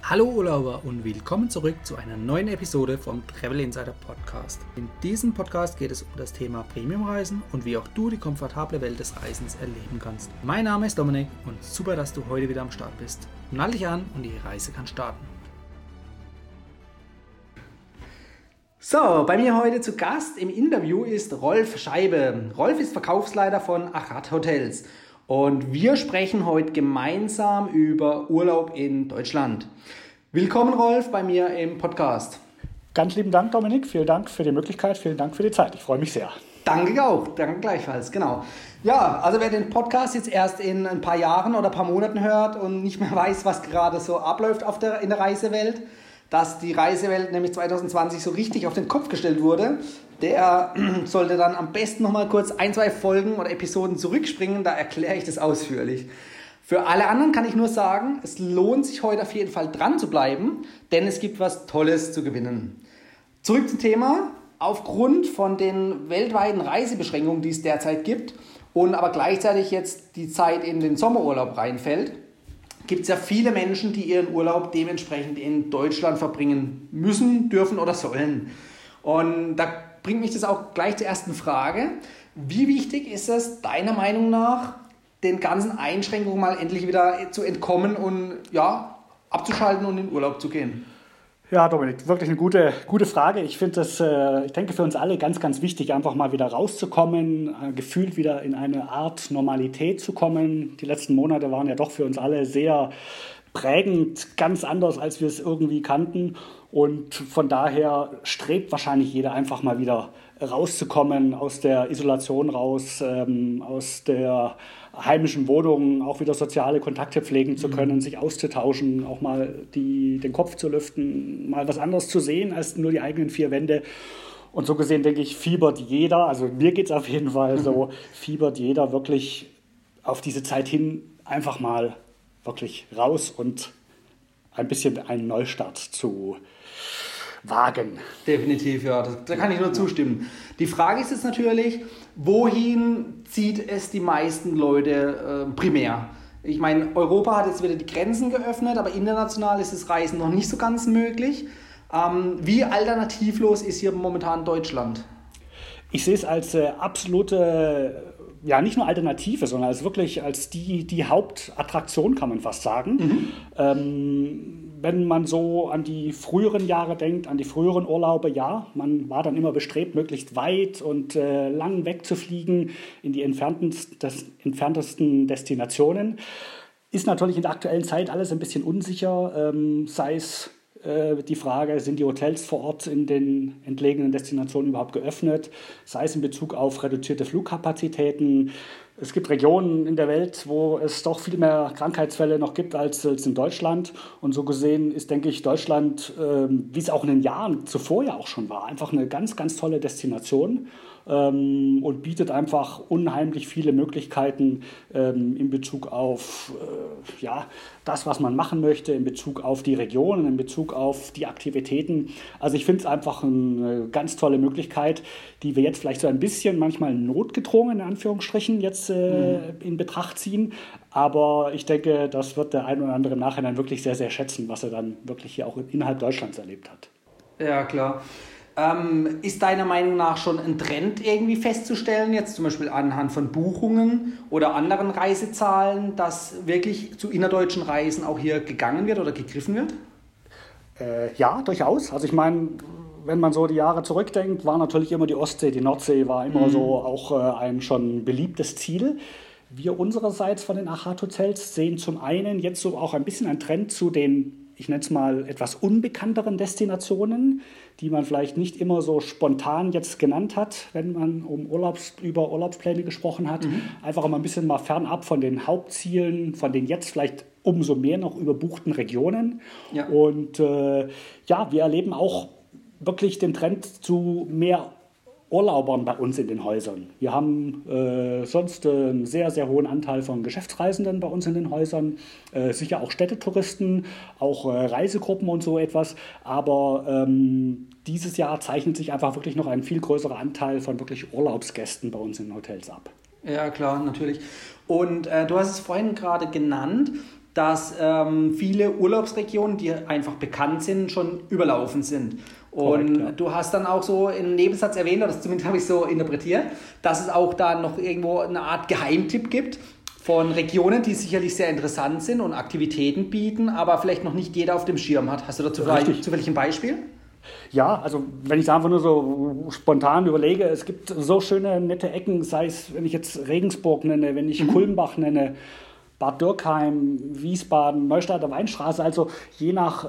Hallo Urlauber und willkommen zurück zu einer neuen Episode vom Travel Insider Podcast. In diesem Podcast geht es um das Thema Premiumreisen und wie auch du die komfortable Welt des Reisens erleben kannst. Mein Name ist Dominik und super, dass du heute wieder am Start bist. Nall dich an und die Reise kann starten. So, bei mir heute zu Gast im Interview ist Rolf Scheibe. Rolf ist Verkaufsleiter von Achat Hotels und wir sprechen heute gemeinsam über Urlaub in Deutschland. Willkommen Rolf bei mir im Podcast. Ganz lieben Dank Dominik, vielen Dank für die Möglichkeit, vielen Dank für die Zeit, ich freue mich sehr. Danke auch, danke gleichfalls, genau. Ja, also wer den Podcast jetzt erst in ein paar Jahren oder ein paar Monaten hört und nicht mehr weiß, was gerade so abläuft in der Reisewelt, dass die Reisewelt nämlich 2020 so richtig auf den Kopf gestellt wurde, der sollte dann am besten nochmal kurz 1-2 Folgen oder Episoden zurückspringen, da erkläre ich das ausführlich. Für alle anderen kann ich nur sagen, es lohnt sich heute auf jeden Fall dran zu bleiben, denn es gibt was Tolles zu gewinnen. Zurück zum Thema. Aufgrund von den weltweiten Reisebeschränkungen, die es derzeit gibt und aber gleichzeitig jetzt die Zeit in den Sommerurlaub reinfällt, gibt es ja viele Menschen, die ihren Urlaub dementsprechend in Deutschland verbringen müssen, dürfen oder sollen. Und da bringt mich das auch gleich zur ersten Frage. Wie wichtig ist es deiner Meinung nach, den ganzen Einschränkungen mal endlich wieder zu entkommen und ja, abzuschalten und in Urlaub zu gehen? Ja, Dominik, wirklich eine gute Frage. Ich finde das, ich denke für uns alle ganz, ganz wichtig, einfach mal wieder rauszukommen, gefühlt wieder in eine Art Normalität zu kommen. Die letzten Monate waren ja doch für uns alle sehr prägend, ganz anders, als wir es irgendwie kannten. Und von daher strebt wahrscheinlich jeder einfach mal wieder rauszukommen, aus der Isolation raus, aus der heimischen Wohnung, auch wieder soziale Kontakte pflegen zu können, sich auszutauschen, auch mal den Kopf zu lüften, mal was anderes zu sehen als nur die eigenen vier Wände. Und so gesehen, denke ich, fiebert jeder, also mir geht es auf jeden Fall so, fiebert jeder wirklich auf diese Zeit hin einfach mal wirklich raus und ein bisschen einen Neustart zu wagen. Definitiv, ja, da kann ich nur zustimmen. Die Frage ist jetzt natürlich, wohin zieht es die meisten Leute primär? Ich meine, Europa hat jetzt wieder die Grenzen geöffnet, aber international ist das Reisen noch nicht so ganz möglich. Wie alternativlos ist hier momentan Deutschland? Ich sehe es als absolute, ja nicht nur Alternative, sondern als die Hauptattraktion, kann man fast sagen. Wenn man so an die früheren Jahre denkt, an die früheren Urlaube, ja, man war dann immer bestrebt, möglichst weit und lang wegzufliegen in die entferntesten Destinationen. Ist natürlich in der aktuellen Zeit alles ein bisschen unsicher, sei es die Frage, sind die Hotels vor Ort in den entlegenen Destinationen überhaupt geöffnet, sei es in Bezug auf reduzierte Flugkapazitäten. Es gibt Regionen in der Welt, wo es doch viel mehr Krankheitsfälle noch gibt als in Deutschland. Und so gesehen ist, denke ich, Deutschland, wie es auch in den Jahren zuvor ja auch schon war, einfach eine ganz, ganz tolle Destination und bietet einfach unheimlich viele Möglichkeiten in Bezug auf das, was man machen möchte, in Bezug auf die Regionen, in Bezug auf die Aktivitäten. Also ich finde es einfach eine ganz tolle Möglichkeit, die wir jetzt vielleicht so ein bisschen manchmal notgedrungen, in Anführungsstrichen, jetzt in Betracht ziehen. Aber ich denke, das wird der ein oder andere im Nachhinein wirklich sehr, sehr schätzen, was er dann wirklich hier auch innerhalb Deutschlands erlebt hat. Ja, klar. Ist deiner Meinung nach schon ein Trend irgendwie festzustellen, jetzt zum Beispiel anhand von Buchungen oder anderen Reisezahlen, dass wirklich zu innerdeutschen Reisen auch hier gegangen wird oder gegriffen wird? Ja, durchaus. Also ich meine, wenn man so die Jahre zurückdenkt, war natürlich immer die Ostsee, die Nordsee war immer so auch ein schon beliebtes Ziel. Wir unsererseits von den Achat Hotels sehen zum einen jetzt so auch ein bisschen einen Trend zu den, ich nenne es mal, etwas unbekannteren Destinationen, die man vielleicht nicht immer so spontan jetzt genannt hat, wenn man über Urlaubspläne gesprochen hat. Einfach mal ein bisschen mal fernab von den Hauptzielen, von den jetzt vielleicht umso mehr noch überbuchten Regionen. Ja. Und wir erleben auch wirklich den Trend zu mehr Urlaubern bei uns in den Häusern. Wir haben sonst einen sehr, sehr hohen Anteil von Geschäftsreisenden bei uns in den Häusern, sicher auch Städtetouristen, auch Reisegruppen und so etwas, aber dieses Jahr zeichnet sich einfach wirklich noch ein viel größerer Anteil von wirklich Urlaubsgästen bei uns in den Hotels ab. Ja, klar, natürlich. Und du hast es vorhin gerade genannt, dass viele Urlaubsregionen, die einfach bekannt sind, schon überlaufen sind. Und Korrekt, ja. du hast dann auch so im Nebensatz erwähnt, oder zumindest habe ich so interpretiert, dass es auch da noch irgendwo eine Art Geheimtipp gibt von Regionen, die sicherlich sehr interessant sind und Aktivitäten bieten, aber vielleicht noch nicht jeder auf dem Schirm hat. Hast du dazu vielleicht zufällig ein Beispiel? Ja, also wenn ich da einfach nur so spontan überlege, es gibt so schöne, nette Ecken, sei es, wenn ich jetzt Regensburg nenne, wenn ich Kulmbach nenne, Bad Dürkheim, Wiesbaden, Neustadter Weinstraße, also je nach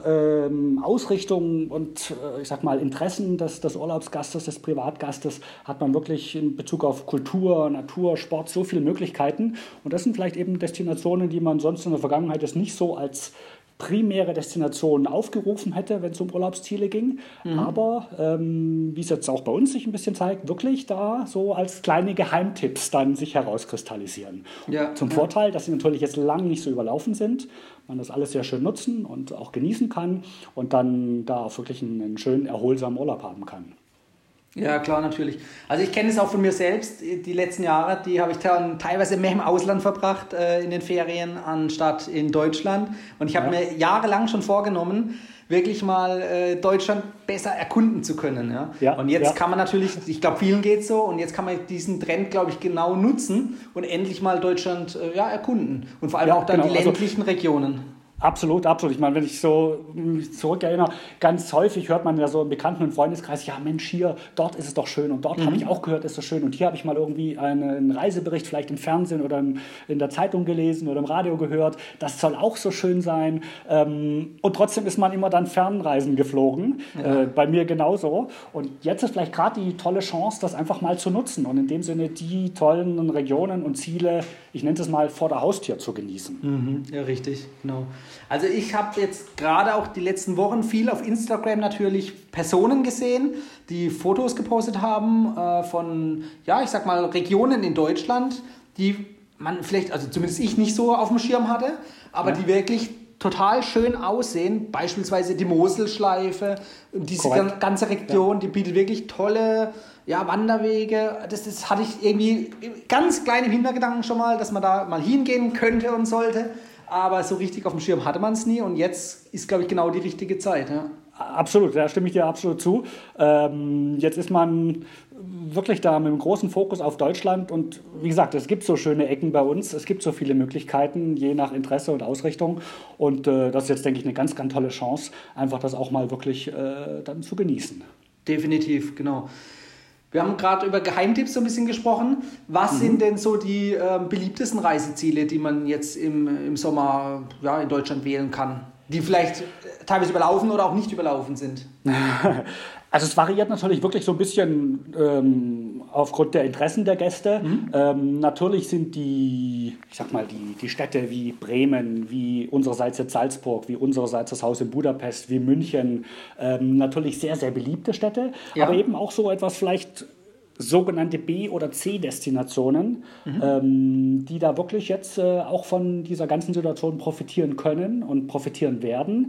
Ausrichtung und ich sag mal Interessen des Urlaubsgastes, des Privatgastes, hat man wirklich in Bezug auf Kultur, Natur, Sport so viele Möglichkeiten. Und das sind vielleicht eben Destinationen, die man sonst in der Vergangenheit jetzt nicht so als primäre Destinationen aufgerufen hätte, wenn es um Urlaubsziele ging. Aber wie es jetzt auch bei uns sich ein bisschen zeigt, wirklich da so als kleine Geheimtipps dann sich herauskristallisieren. Ja, Zum Vorteil, dass sie natürlich jetzt lang nicht so überlaufen sind, man das alles sehr schön nutzen und auch genießen kann und dann da auch wirklich einen schönen, erholsamen Urlaub haben kann. Ja, klar, natürlich. Also ich kenne es auch von mir selbst. Die letzten Jahre, die habe ich dann teilweise mehr im Ausland verbracht in den Ferien, anstatt in Deutschland. Und ich habe mir jahrelang schon vorgenommen, wirklich mal Deutschland besser erkunden zu können. Ja? Ja, und jetzt kann man natürlich, ich glaube vielen geht es so, und jetzt kann man diesen Trend, glaube ich, genau nutzen und endlich mal Deutschland erkunden. Und vor allem auch dann die ländlichen Regionen. Absolut, absolut. Ich meine, wenn ich so mich zurückerinnere, ganz häufig hört man ja so im Bekannten- und Freundeskreis, ja Mensch, hier, dort ist es doch schön und dort habe ich auch gehört, ist es schön und hier habe ich mal irgendwie einen Reisebericht vielleicht im Fernsehen oder in der Zeitung gelesen oder im Radio gehört, das soll auch so schön sein und trotzdem ist man immer dann Fernreisen geflogen, bei mir genauso und jetzt ist vielleicht gerade die tolle Chance, das einfach mal zu nutzen und in dem Sinne die tollen Regionen und Ziele, ich nenne es mal, vor der Haustür zu genießen. Ja, richtig, genau. Also ich habe jetzt gerade auch die letzten Wochen viel auf Instagram natürlich Personen gesehen, die Fotos gepostet haben von, ich sag mal, Regionen in Deutschland, die man vielleicht, also zumindest ich nicht so auf dem Schirm hatte, aber die wirklich total schön aussehen. Beispielsweise die Moselschleife, diese ganze Region, die bietet wirklich tolle Wanderwege. Das hatte ich irgendwie ganz klein im Hintergedanken schon mal, dass man da mal hingehen könnte und sollte. Aber so richtig auf dem Schirm hatte man es nie und jetzt ist, glaube ich, genau die richtige Zeit. Ja. Absolut, da stimme ich dir absolut zu. Jetzt ist man wirklich da mit einem großen Fokus auf Deutschland und wie gesagt, es gibt so schöne Ecken bei uns, es gibt so viele Möglichkeiten, je nach Interesse und Ausrichtung und das ist jetzt, denke ich, eine ganz, ganz tolle Chance, einfach das auch mal wirklich dann zu genießen. Definitiv, genau. Wir haben gerade über Geheimtipps so ein bisschen gesprochen. Was sind denn so die beliebtesten Reiseziele, die man jetzt im Sommer in Deutschland wählen kann? Die vielleicht teilweise überlaufen oder auch nicht überlaufen sind? Also es variiert natürlich wirklich so ein bisschen aufgrund der Interessen der Gäste. Natürlich sind die Städte wie Bremen, wie unsererseits jetzt Salzburg, wie unsererseits das Haus in Budapest, wie München natürlich sehr, sehr beliebte Städte, aber eben auch so etwas vielleicht sogenannte B- oder C-Destinationen, die da wirklich jetzt auch von dieser ganzen Situation profitieren können und profitieren werden,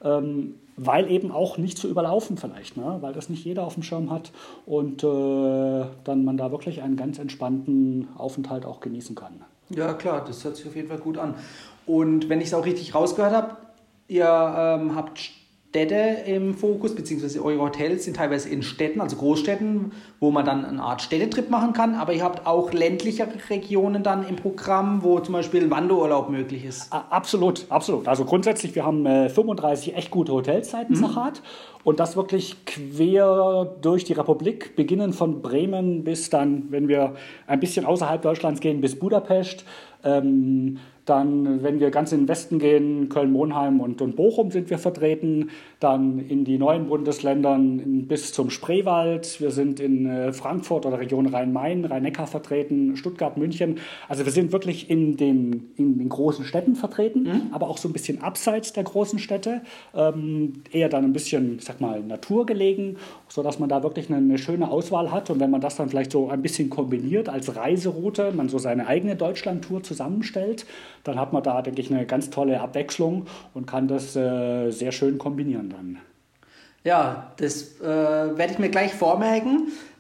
weil eben auch nicht zu überlaufen vielleicht, ne? Weil das nicht jeder auf dem Schirm hat und dann man da wirklich einen ganz entspannten Aufenthalt auch genießen kann. Ja klar, das hört sich auf jeden Fall gut an. Und wenn ich es auch richtig rausgehört habe, ihr habt Städte im Fokus, beziehungsweise eure Hotels sind teilweise in Städten, also Großstädten, wo man dann eine Art Städtetrip machen kann, aber ihr habt auch ländliche Regionen dann im Programm, wo zum Beispiel ein Wanderurlaub möglich ist. Absolut, absolut. Also grundsätzlich, wir haben 35 echt gute Hotelszeiten Sarat und das wirklich quer durch die Republik, beginnen von Bremen bis dann, wenn wir ein bisschen außerhalb Deutschlands gehen, bis Budapest. Dann, wenn wir ganz in den Westen gehen, Köln, Monheim und Bochum sind wir vertreten. Dann in die neuen Bundesländern bis zum Spreewald. Wir sind in Frankfurt oder Region Rhein-Main, Rhein-Neckar vertreten, Stuttgart, München. Also wir sind wirklich in den großen Städten vertreten, aber auch so ein bisschen abseits der großen Städte. Eher dann ein bisschen, ich sag mal, naturgelegen, sodass man da wirklich eine schöne Auswahl hat. Und wenn man das dann vielleicht so ein bisschen kombiniert als Reiseroute, man so seine eigene Deutschlandtour zusammenstellt, dann hat man da, denke ich, eine ganz tolle Abwechslung und kann das sehr schön kombinieren dann. Ja, das werde ich mir gleich vormerken.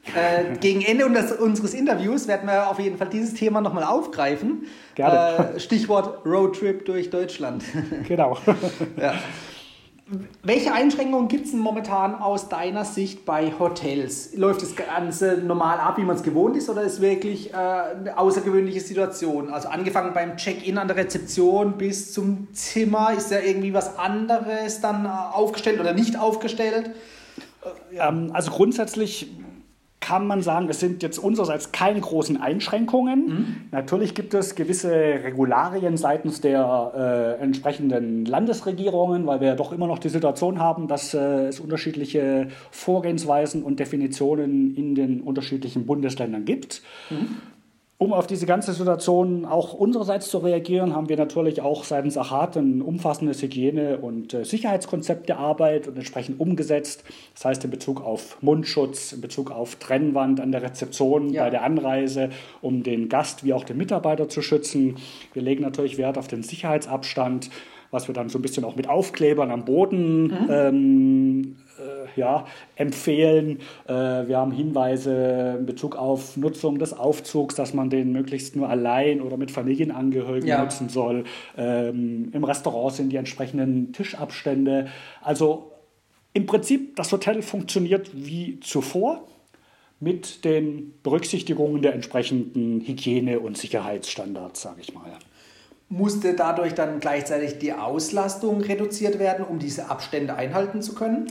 Gegen Ende unseres Interviews werden wir auf jeden Fall dieses Thema nochmal aufgreifen. Gerne. Stichwort Roadtrip durch Deutschland. Genau. Ja. Welche Einschränkungen gibt es denn momentan aus deiner Sicht bei Hotels? Läuft das Ganze normal ab, wie man es gewohnt ist, oder ist wirklich eine außergewöhnliche Situation? Also angefangen beim Check-in an der Rezeption bis zum Zimmer, ist da irgendwie was anderes dann aufgestellt oder nicht aufgestellt? Also grundsätzlich kann man sagen, es sind jetzt unsererseits keine großen Einschränkungen. Natürlich gibt es gewisse Regularien seitens der entsprechenden Landesregierungen, weil wir ja doch immer noch die Situation haben, dass es unterschiedliche Vorgehensweisen und Definitionen in den unterschiedlichen Bundesländern gibt. Um auf diese ganze Situation auch unsererseits zu reagieren, haben wir natürlich auch seitens ACHAT ein umfassendes Hygiene- und Sicherheitskonzept erarbeitet und entsprechend umgesetzt. Das heißt in Bezug auf Mundschutz, in Bezug auf Trennwand an der Rezeption bei der Anreise, um den Gast wie auch den Mitarbeiter zu schützen. Wir legen natürlich Wert auf den Sicherheitsabstand, was wir dann so ein bisschen auch mit Aufklebern am Boden empfehlen. Wir haben Hinweise in Bezug auf Nutzung des Aufzugs, dass man den möglichst nur allein oder mit Familienangehörigen nutzen soll. Im Restaurant sind die entsprechenden Tischabstände. Also im Prinzip, das Hotel funktioniert wie zuvor mit den Berücksichtigungen der entsprechenden Hygiene- und Sicherheitsstandards, sage ich mal. Musste dadurch dann gleichzeitig die Auslastung reduziert werden, um diese Abstände einhalten zu können?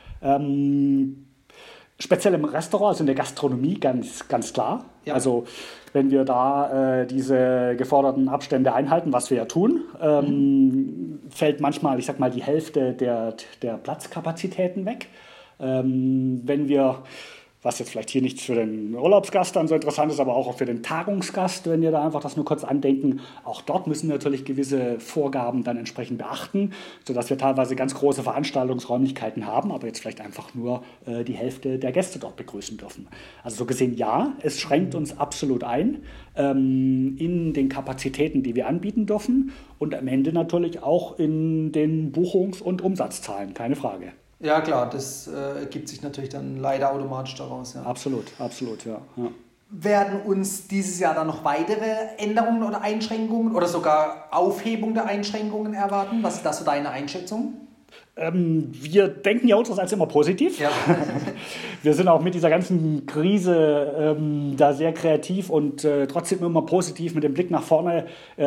Speziell im Restaurant, also in der Gastronomie ganz klar. Ja. Also wenn wir da diese geforderten Abstände einhalten, was wir ja tun, fällt manchmal, ich sag mal, die Hälfte der Platzkapazitäten weg. Wenn wir, was jetzt vielleicht hier nicht für den Urlaubsgast dann so interessant ist, aber auch für den Tagungsgast, wenn wir da einfach das nur kurz andenken, auch dort müssen wir natürlich gewisse Vorgaben dann entsprechend beachten, sodass wir teilweise ganz große Veranstaltungsräumlichkeiten haben, aber jetzt vielleicht einfach nur die Hälfte der Gäste dort begrüßen dürfen. Also so gesehen ja, es schränkt uns absolut ein in den Kapazitäten, die wir anbieten dürfen und am Ende natürlich auch in den Buchungs- und Umsatzzahlen, keine Frage. Ja klar, das ergibt sich natürlich dann leider automatisch daraus. Ja. Absolut, ja. Werden uns dieses Jahr dann noch weitere Änderungen oder Einschränkungen oder sogar Aufhebung der Einschränkungen erwarten? Was ist das so deine Einschätzung? Wir denken ja unsererseits immer positiv. Ja. Wir sind auch mit dieser ganzen Krise da sehr kreativ und trotzdem immer positiv mit dem Blick nach vorne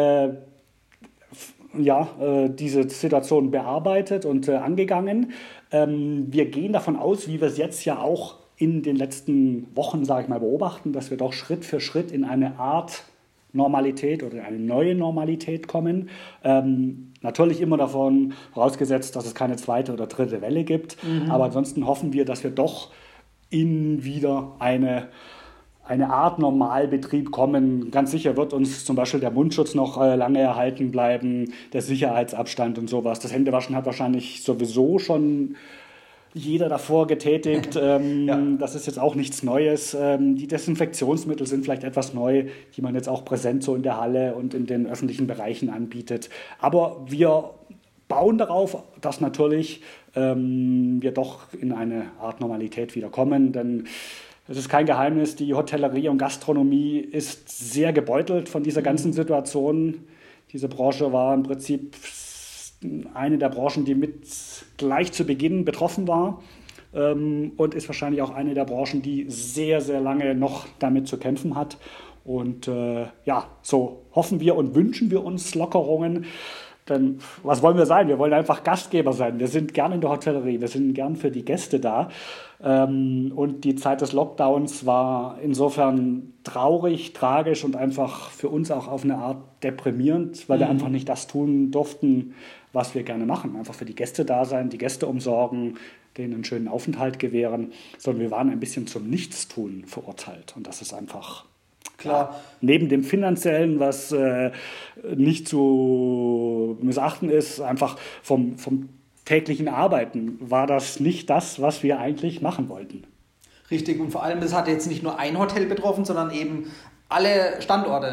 diese Situation bearbeitet und angegangen. Wir gehen davon aus, wie wir es jetzt ja auch in den letzten Wochen, sage ich mal, beobachten, dass wir doch Schritt für Schritt in eine Art Normalität oder eine neue Normalität kommen. Natürlich immer davon vorausgesetzt, dass es keine zweite oder dritte Welle gibt. Aber ansonsten hoffen wir, dass wir doch in wieder eine Art Normalbetrieb kommen. Ganz sicher wird uns zum Beispiel der Mundschutz noch lange erhalten bleiben, der Sicherheitsabstand und sowas. Das Händewaschen hat wahrscheinlich sowieso schon jeder davor getätigt. Das ist jetzt auch nichts Neues. Die Desinfektionsmittel sind vielleicht etwas neu, die man jetzt auch präsent so in der Halle und in den öffentlichen Bereichen anbietet. Aber wir bauen darauf, dass natürlich wir doch in eine Art Normalität wieder kommen, denn es ist kein Geheimnis, die Hotellerie und Gastronomie ist sehr gebeutelt von dieser ganzen Situation. Diese Branche war im Prinzip eine der Branchen, die mit gleich zu Beginn betroffen war und ist wahrscheinlich auch eine der Branchen, die sehr, sehr lange noch damit zu kämpfen hat. Und so hoffen wir und wünschen wir uns Lockerungen. Denn was wollen wir sein? Wir wollen einfach Gastgeber sein. Wir sind gern in der Hotellerie, wir sind gern für die Gäste da. Und die Zeit des Lockdowns war insofern traurig, tragisch und einfach für uns auch auf eine Art deprimierend, weil wir einfach nicht das tun durften, was wir gerne machen. Einfach für die Gäste da sein, die Gäste umsorgen, denen einen schönen Aufenthalt gewähren, sondern wir waren ein bisschen zum Nichtstun verurteilt. Und das ist einfach... Klar. Neben dem Finanziellen, was nicht zu missachten ist, einfach vom täglichen Arbeiten war das nicht das, was wir eigentlich machen wollten. Richtig, und vor allem, das hat jetzt nicht nur ein Hotel betroffen, sondern eben alle Standorte, ja?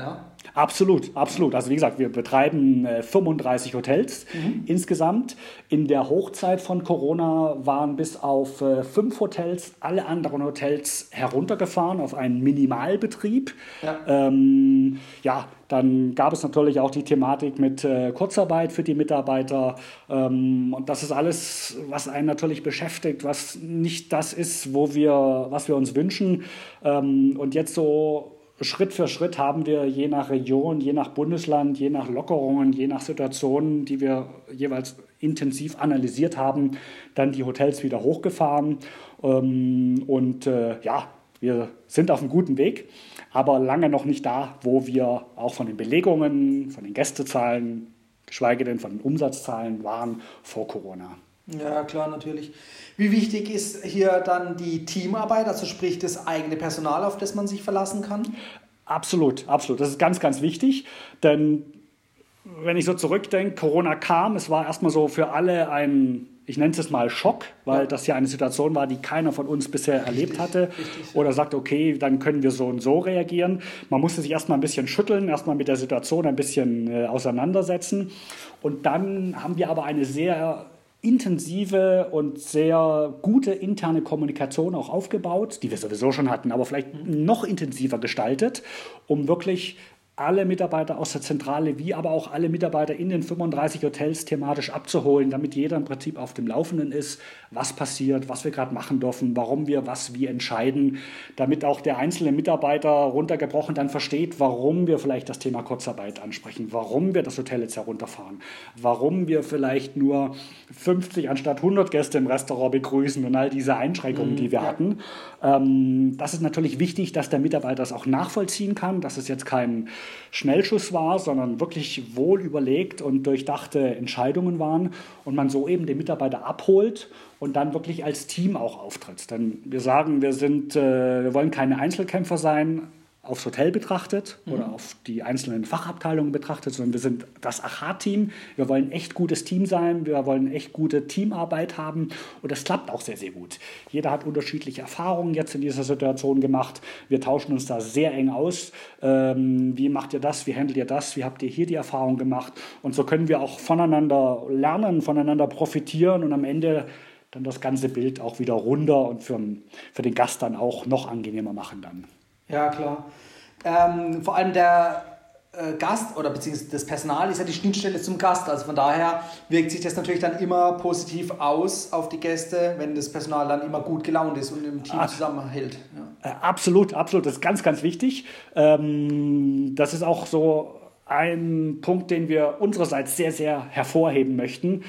Absolut, absolut. Also wie gesagt, wir betreiben 35 Hotels insgesamt. In der Hochzeit von Corona waren bis auf 5 Hotels alle anderen Hotels heruntergefahren auf einen Minimalbetrieb. Ja. Ja, dann gab es natürlich auch die Thematik mit Kurzarbeit für die Mitarbeiter. Und das ist alles, was einen natürlich beschäftigt, was nicht das ist, was wir uns wünschen. Und jetzt so Schritt für Schritt haben wir je nach Region, je nach Bundesland, je nach Lockerungen, je nach Situationen, die wir jeweils intensiv analysiert haben, dann die Hotels wieder hochgefahren. Ja, wir sind auf einem guten Weg, aber lange noch nicht da, wo wir auch von den Belegungen, von den Gästezahlen, geschweige denn von den Umsatzzahlen waren vor Corona. Ja, klar, natürlich. Wie wichtig ist hier dann die Teamarbeit, also sprich das eigene Personal, auf das man sich verlassen kann? Absolut, absolut. Das ist ganz, ganz wichtig, denn wenn ich so zurückdenke, Corona kam, es war erstmal so für alle ein, ich nenne es mal Schock, weil das ja eine Situation war, die keiner von uns bisher erlebt hatte. Richtig. Oder sagt, okay, dann können wir so und so reagieren. Man musste sich erstmal ein bisschen schütteln, erstmal mit der Situation ein bisschen auseinandersetzen. Und dann haben wir aber eine sehr intensive und sehr gute interne Kommunikation auch aufgebaut, die wir sowieso schon hatten, aber vielleicht noch intensiver gestaltet, um wirklich alle Mitarbeiter aus der Zentrale wie aber auch alle Mitarbeiter in den 35 Hotels thematisch abzuholen, damit jeder im Prinzip auf dem Laufenden ist, was passiert, was wir gerade machen dürfen, warum wir was wie entscheiden, damit auch der einzelne Mitarbeiter runtergebrochen dann versteht, warum wir vielleicht das Thema Kurzarbeit ansprechen, warum wir das Hotel jetzt herunterfahren, warum wir vielleicht nur 50 anstatt 100 Gäste im Restaurant begrüßen und all diese Einschränkungen, die wir hatten. Das ist natürlich wichtig, dass der Mitarbeiter das auch nachvollziehen kann, dass es jetzt kein Schnellschuss war, sondern wirklich wohl überlegt und durchdachte Entscheidungen waren und man so eben den Mitarbeiter abholt und dann wirklich als Team auch auftritt. Denn wir sagen, wir wollen keine Einzelkämpfer sein, aufs Hotel betrachtet oder auf die einzelnen Fachabteilungen betrachtet, sondern wir sind das Achat-Team. Wir wollen echt gutes Team sein, wir wollen echt gute Teamarbeit haben und das klappt auch sehr, sehr gut. Jeder hat unterschiedliche Erfahrungen jetzt in dieser Situation gemacht. Wir tauschen uns da sehr eng aus. Wie macht ihr das? Wie handelt ihr das? Wie habt ihr hier die Erfahrung gemacht? Und so können wir auch voneinander lernen, voneinander profitieren und am Ende dann das ganze Bild auch wieder runder und für den Gast dann auch noch angenehmer machen dann. Ja, klar. Vor allem der Gast oder beziehungsweise das Personal ist ja die Schnittstelle zum Gast. Also von daher wirkt sich das natürlich dann immer positiv aus auf die Gäste, wenn das Personal dann immer gut gelaunt ist und im Team zusammenhält. Ja. Absolut, absolut. Das ist ganz, ganz wichtig. Das ist auch so ein Punkt, den wir unsererseits sehr, sehr hervorheben möchten,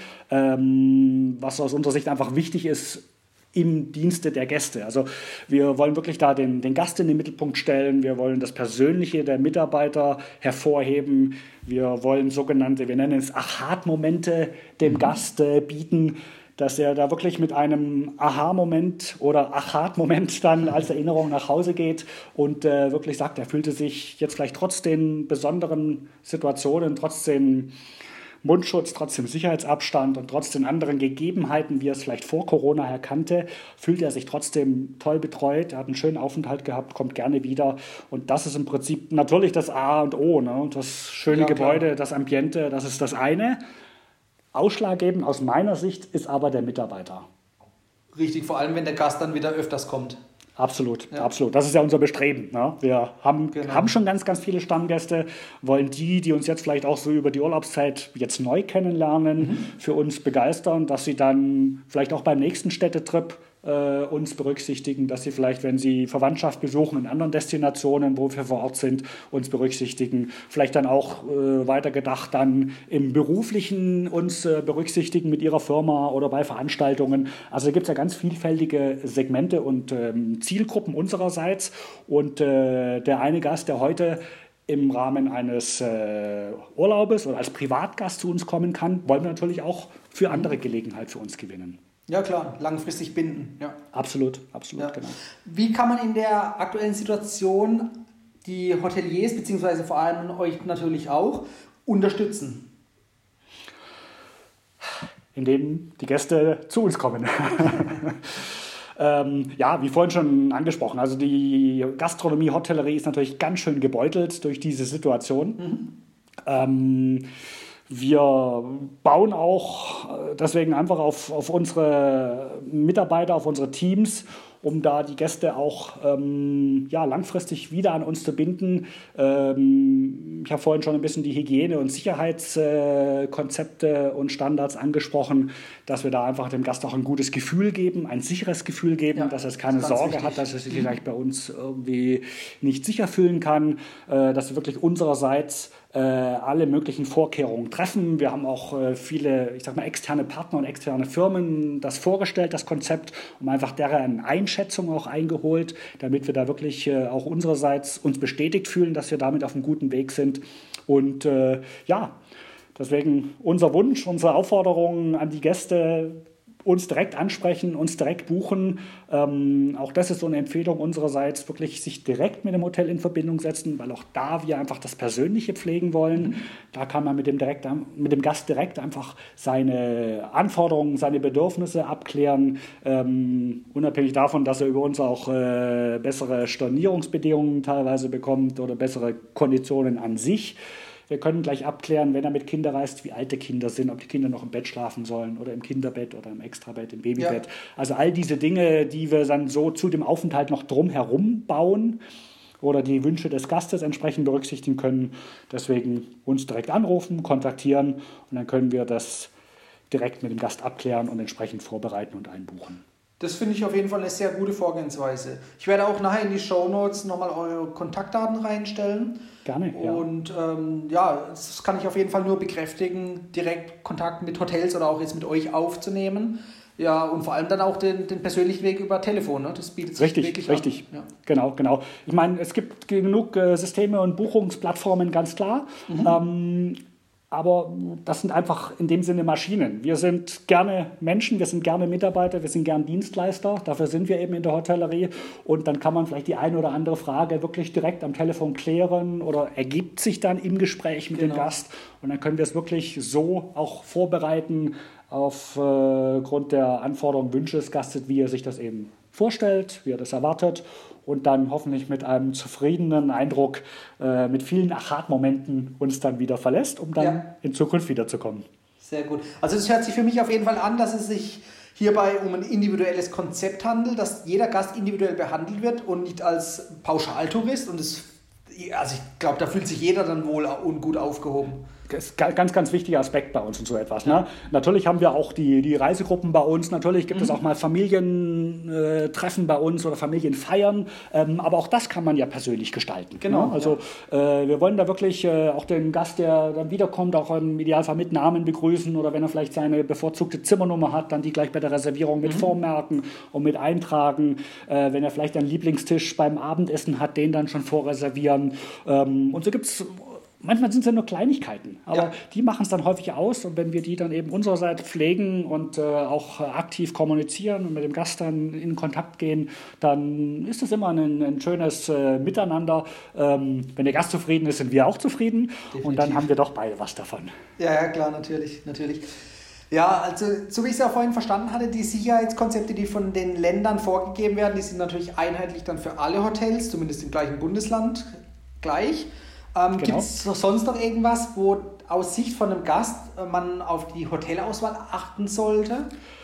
was aus unserer Sicht einfach wichtig ist, im Dienste der Gäste. Also wir wollen wirklich da den Gast in den Mittelpunkt stellen. Wir wollen das Persönliche der Mitarbeiter hervorheben. Wir wollen sogenannte, wir nennen es Achat-Momente dem Gast bieten, dass er da wirklich mit einem Aha-Moment oder Achat-Moment dann als Erinnerung nach Hause geht und wirklich sagt, er fühlte sich jetzt vielleicht trotz den besonderen Situationen, trotz den Mundschutz, trotz dem Sicherheitsabstand und trotz den anderen Gegebenheiten, wie er es vielleicht vor Corona her kannte, fühlt er sich trotzdem toll betreut. Er hat einen schönen Aufenthalt gehabt, kommt gerne wieder. Und das ist im Prinzip natürlich das A und O. Ne? Und das schöne Gebäude, klar. Das Ambiente, das ist das eine. Ausschlaggebend aus meiner Sicht ist aber der Mitarbeiter. Richtig, vor allem wenn der Gast dann wieder öfters kommt. Absolut, ja. Absolut. Das ist ja unser Bestreben. Ne? Wir haben schon ganz, ganz viele Stammgäste, wollen die uns jetzt vielleicht auch so über die Urlaubszeit jetzt neu kennenlernen, für uns begeistern, dass sie dann vielleicht auch beim nächsten Städtetrip uns berücksichtigen, dass sie vielleicht, wenn sie Verwandtschaft besuchen in anderen Destinationen, wo wir vor Ort sind, uns berücksichtigen. Vielleicht dann auch weitergedacht dann im Beruflichen uns berücksichtigen mit ihrer Firma oder bei Veranstaltungen. Also da gibt es ja ganz vielfältige Segmente und Zielgruppen unsererseits. Und der eine Gast, der heute im Rahmen eines Urlaubes oder als Privatgast zu uns kommen kann, wollen wir natürlich auch für andere Gelegenheit für uns gewinnen. Ja klar, langfristig binden. Ja. Absolut, absolut, ja. Genau. Wie kann man in der aktuellen Situation die Hoteliers, beziehungsweise vor allem euch natürlich auch, unterstützen? Indem die Gäste zu uns kommen. Ja, wie vorhin schon angesprochen, also die Gastronomie, Hotellerie ist natürlich ganz schön gebeutelt durch diese Situation. Wir bauen auch deswegen einfach auf unsere Mitarbeiter, auf unsere Teams, um da die Gäste auch langfristig wieder an uns zu binden. Ich habe vorhin schon ein bisschen die Hygiene- und Sicherheitskonzepte und Standards angesprochen, dass wir da einfach dem Gast auch ein gutes Gefühl geben, ein sicheres Gefühl geben, dass er keine Sorge hat, dass er sich vielleicht bei uns irgendwie nicht sicher fühlen kann, dass wir wirklich unsererseits alle möglichen Vorkehrungen treffen. Wir haben auch viele, ich sag mal, externe Partner und externe Firmen das vorgestellt, das Konzept, um einfach deren Einschätzung auch eingeholt, damit wir da wirklich auch unsererseits uns bestätigt fühlen, dass wir damit auf einem guten Weg sind. Und deswegen unser Wunsch, unsere Aufforderung an die Gäste, uns direkt ansprechen, uns direkt buchen. Auch das ist so eine Empfehlung unsererseits, wirklich sich direkt mit dem Hotel in Verbindung setzen, weil auch da wir einfach das Persönliche pflegen wollen. Da kann man mit dem Gast direkt einfach seine Anforderungen, seine Bedürfnisse abklären, unabhängig davon, dass er über uns auch bessere Stornierungsbedingungen teilweise bekommt oder bessere Konditionen an sich. Wir können gleich abklären, wenn er mit Kindern reist, wie alt die Kinder sind, ob die Kinder noch im Bett schlafen sollen oder im Kinderbett oder im Extrabett, im Babybett. Ja. Also all diese Dinge, die wir dann so zu dem Aufenthalt noch drumherum bauen oder die Wünsche des Gastes entsprechend berücksichtigen können. Deswegen uns direkt anrufen, kontaktieren und dann können wir das direkt mit dem Gast abklären und entsprechend vorbereiten und einbuchen. Das finde ich auf jeden Fall eine sehr gute Vorgehensweise. Ich werde auch nachher in die Shownotes nochmal eure Kontaktdaten reinstellen. Gerne, ja. Und das kann ich auf jeden Fall nur bekräftigen, direkt Kontakt mit Hotels oder auch jetzt mit euch aufzunehmen. Ja, und vor allem dann auch den persönlichen Weg über Telefon. Ne? Das bietet sich wirklich an. Richtig, ja. Genau. Ich meine, es gibt genug Systeme und Buchungsplattformen, ganz klar. Aber das sind einfach in dem Sinne Maschinen. Wir sind gerne Menschen, wir sind gerne Mitarbeiter, wir sind gerne Dienstleister. Dafür sind wir eben in der Hotellerie. Und dann kann man vielleicht die eine oder andere Frage wirklich direkt am Telefon klären oder ergibt sich dann im Gespräch mit dem Gast. Und dann können wir es wirklich so auch vorbereiten aufgrund der Anforderungen, Wünsche des Gastes, wie er sich das eben vorstellt, wie er das erwartet. Und dann hoffentlich mit einem zufriedenen Eindruck, mit vielen Achat-Momenten uns dann wieder verlässt, um dann in Zukunft wiederzukommen. Sehr gut. Also es hört sich für mich auf jeden Fall an, dass es sich hierbei um ein individuelles Konzept handelt, dass jeder Gast individuell behandelt wird und nicht als Pauschaltourist. Und ich glaube, da fühlt sich jeder dann wohl und gut aufgehoben. Das ist ein ganz, ganz wichtiger Aspekt bei uns und so etwas. Ne? Natürlich haben wir auch die Reisegruppen bei uns, natürlich gibt es auch mal Familientreffen bei uns oder Familienfeiern, aber auch das kann man ja persönlich gestalten. Genau. Ne? Also wir wollen da wirklich auch den Gast, der dann wiederkommt, auch im Idealfall mit Namen begrüßen oder wenn er vielleicht seine bevorzugte Zimmernummer hat, dann die gleich bei der Reservierung mit vormerken und mit eintragen. Wenn er vielleicht einen Lieblingstisch beim Abendessen hat, den dann schon vorreservieren. Und so gibt es. Manchmal sind es ja nur Kleinigkeiten, aber die machen es dann häufig aus und wenn wir die dann eben unsererseits pflegen und auch aktiv kommunizieren und mit dem Gast dann in Kontakt gehen, dann ist es immer ein schönes Miteinander. Wenn der Gast zufrieden ist, sind wir auch zufrieden. Definitiv. Und dann haben wir doch beide was davon. Ja, klar, natürlich. Ja, also so wie ich es ja vorhin verstanden hatte, die Sicherheitskonzepte, die von den Ländern vorgegeben werden, die sind natürlich einheitlich dann für alle Hotels, zumindest im gleichen Bundesland gleich. Gibt es sonst noch irgendwas, wo aus Sicht von einem Gast man auf die Hotelauswahl achten sollte?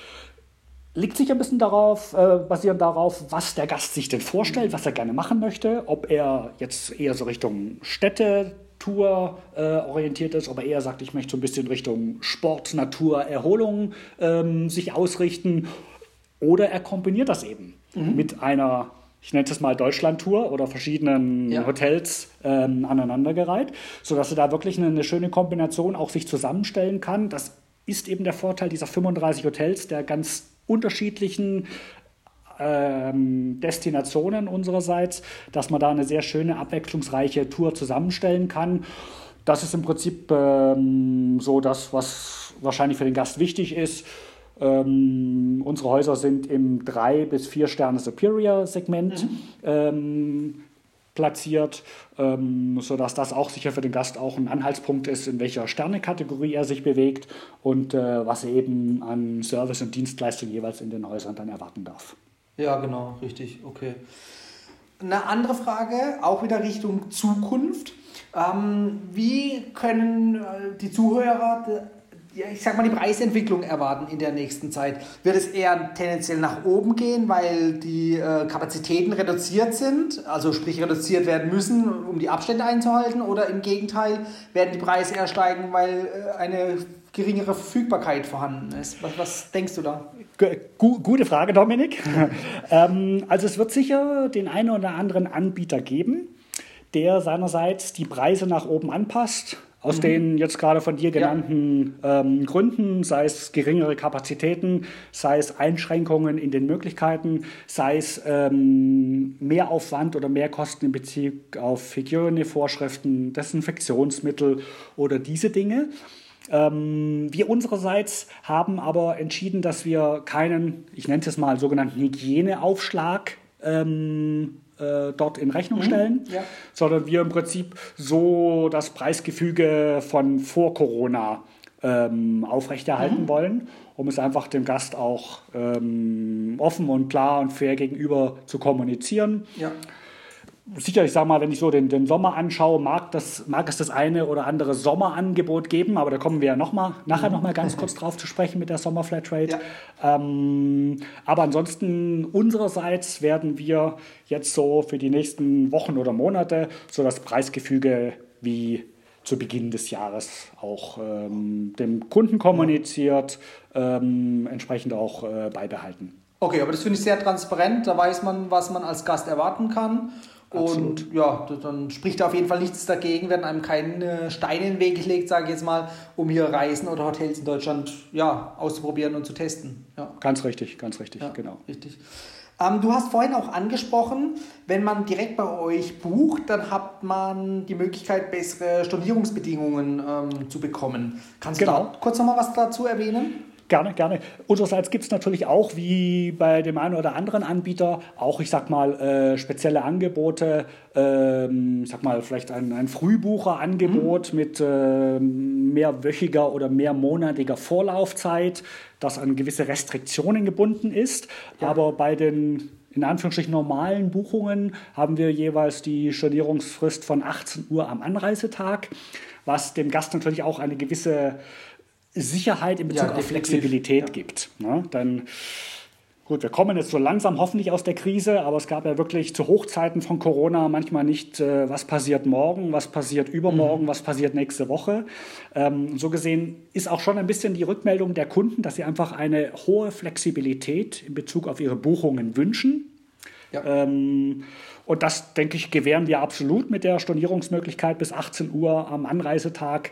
Liegt sicher ein bisschen basierend darauf, was der Gast sich denn vorstellt, was er gerne machen möchte, ob er jetzt eher so Richtung Städtetour orientiert ist, ob er eher sagt, ich möchte so ein bisschen Richtung Sport, Natur, Erholung sich ausrichten oder er kombiniert das eben mit einer, ich nenne es mal Deutschland-Tour oder verschiedenen Hotels aneinandergereiht, sodass er da wirklich eine schöne Kombination auch sich zusammenstellen kann. Das ist eben der Vorteil dieser 35 Hotels, der ganz unterschiedlichen Destinationen unsererseits, dass man da eine sehr schöne, abwechslungsreiche Tour zusammenstellen kann. Das ist im Prinzip so das, was wahrscheinlich für den Gast wichtig ist. Unsere Häuser sind im 3- bis 4-Sterne Superior-Segment platziert, sodass das auch sicher für den Gast auch ein Anhaltspunkt ist, in welcher Sternekategorie er sich bewegt und was er eben an Service und Dienstleistung jeweils in den Häusern dann erwarten darf. Ja, genau, richtig, okay. Eine andere Frage, auch wieder Richtung Zukunft. Wie können die Zuhörer, ich sag mal, die Preisentwicklung erwarten in der nächsten Zeit? Wird es eher tendenziell nach oben gehen, weil die Kapazitäten reduziert sind, also sprich reduziert werden müssen, um die Abstände einzuhalten? Oder im Gegenteil, werden die Preise eher steigen, weil eine geringere Verfügbarkeit vorhanden ist? Was denkst du da? Gute Frage, Dominik. Also es wird sicher den einen oder anderen Anbieter geben, der seinerseits die Preise nach oben anpasst, aus den jetzt gerade von dir genannten Gründen, sei es geringere Kapazitäten, sei es Einschränkungen in den Möglichkeiten, sei es Mehraufwand oder Mehrkosten in Bezug auf Hygienevorschriften, Desinfektionsmittel oder diese Dinge. Wir unsererseits haben aber entschieden, dass wir keinen, ich nenne es jetzt mal sogenannten Hygieneaufschlag dort in Rechnung stellen, sondern wir im Prinzip so das Preisgefüge von vor Corona aufrechterhalten wollen, um es einfach dem Gast auch offen und klar und fair gegenüber zu kommunizieren. Ja. Sicher, ich sage mal, wenn ich so den Sommer anschaue, mag es das eine oder andere Sommerangebot geben, aber da kommen wir ja nachher noch mal ganz kurz drauf zu sprechen mit der Sommerflatrate. Ja. Aber ansonsten unsererseits werden wir jetzt so für die nächsten Wochen oder Monate so das Preisgefüge wie zu Beginn des Jahres auch dem Kunden kommuniziert, entsprechend auch beibehalten. Okay, aber das finde ich sehr transparent, da weiß man, was man als Gast erwarten kann. Absolut. Und ja, dann spricht auf jeden Fall nichts dagegen, werden einem keine Steine in den Weg gelegt, sage ich jetzt mal, um hier Reisen oder Hotels in Deutschland auszuprobieren und zu testen. Ja. Ganz richtig, ja, genau. Richtig. Du hast vorhin auch angesprochen, wenn man direkt bei euch bucht, dann hat man die Möglichkeit, bessere Stornierungsbedingungen zu bekommen. Kannst du da kurz noch mal was dazu erwähnen? Gerne. Unsererseits gibt es natürlich auch, wie bei dem einen oder anderen Anbieter, auch, ich sag mal, spezielle Angebote, ich sag mal, vielleicht ein Frühbucherangebot mit mehrwöchiger oder mehrmonatiger Vorlaufzeit, das an gewisse Restriktionen gebunden ist. Ja. Aber bei den in Anführungsstrichen normalen Buchungen haben wir jeweils die Stornierungsfrist von 18 Uhr am Anreisetag, was dem Gast natürlich auch eine gewisse Sicherheit in Bezug auf Flexibilität gibt. Ne? Dann, gut, wir kommen jetzt so langsam hoffentlich aus der Krise, aber es gab ja wirklich zu Hochzeiten von Corona manchmal nicht, was passiert morgen, was passiert übermorgen, was passiert nächste Woche. So gesehen ist auch schon ein bisschen die Rückmeldung der Kunden, dass sie einfach eine hohe Flexibilität in Bezug auf ihre Buchungen wünschen. Ja. Und das, denke ich, gewähren wir absolut mit der Stornierungsmöglichkeit bis 18 Uhr am Anreisetag,